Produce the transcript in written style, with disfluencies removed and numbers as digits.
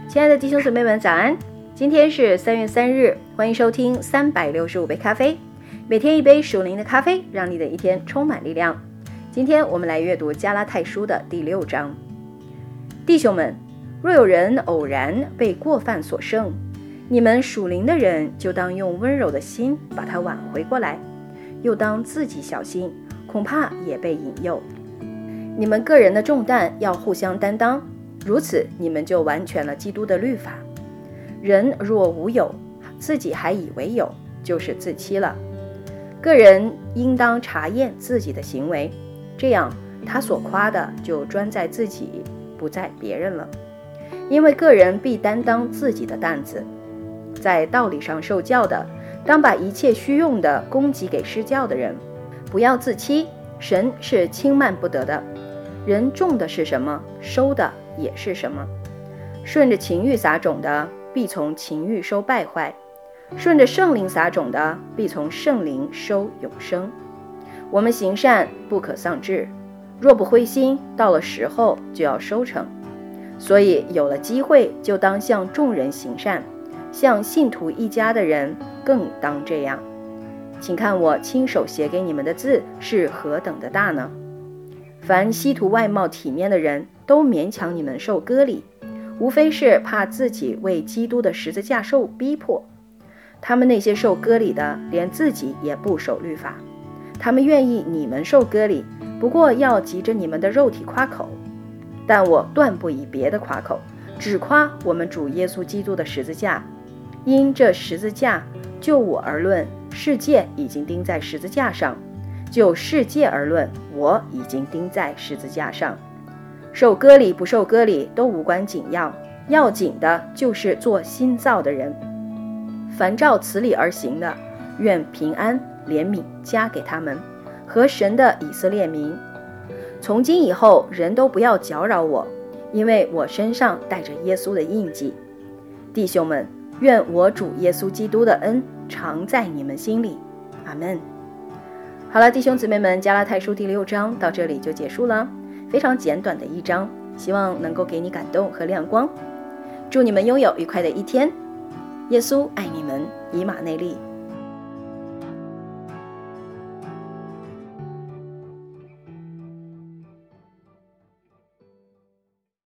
亲爱的弟兄姊妹们早安，今天是3月3日，欢迎收听365杯咖啡，每天一杯属灵的咖啡，让你的一天充满力量。今天我们来阅读加拉太书的第6章。弟兄们，若有人偶然被过犯所胜，你们属灵的人就当用温柔的心把他挽回过来，又当自己小心，恐怕也被引诱。你们个人的重担要互相担当，如此你们就完全了基督的律法。人若无有，自己还以为有，就是自欺了。个人应当查验自己的行为，这样他所夸的就专在自己，不在别人了。因为个人必担当自己的担子。在道理上受教的，当把一切虚用的供给给施教的人，不要自欺，神是轻慢不得的。人种的是什么，收的也是什么。顺着情欲撒种的，必从情欲收败坏；顺着圣灵撒种的，必从圣灵收永生。我们行善不可丧志，若不灰心，到了时候就要收成。所以有了机会，就当向众人行善，向信徒一家的人更当这样。请看我亲手写给你们的字是何等的大呢？凡希图外貌体面的人都勉强你们受割礼，无非是怕自己为基督的十字架受逼迫。他们那些受割礼的，连自己也不守律法，他们愿意你们受割礼，不过要急着你们的肉体夸口。但我断不以别的夸口，只夸我们主耶稣基督的十字架。因这十字架，就我而论，世界已经钉在十字架上；就世界而论，我已经钉在十字架上。受割礼不受割礼都无关紧要，要紧的就是做新造的人。凡照此理而行的，愿平安怜悯加给他们和神的以色列民。从今以后，人都不要搅扰我，因为我身上带着耶稣的印记。弟兄们，愿我主耶稣基督的恩常在你们心里。阿们。好了，弟兄姊妹们，加拉太书第6章到这里就结束了，非常简短的一章，希望能够给你感动和亮光。祝你们拥有愉快的一天。耶稣爱你们，以马内利。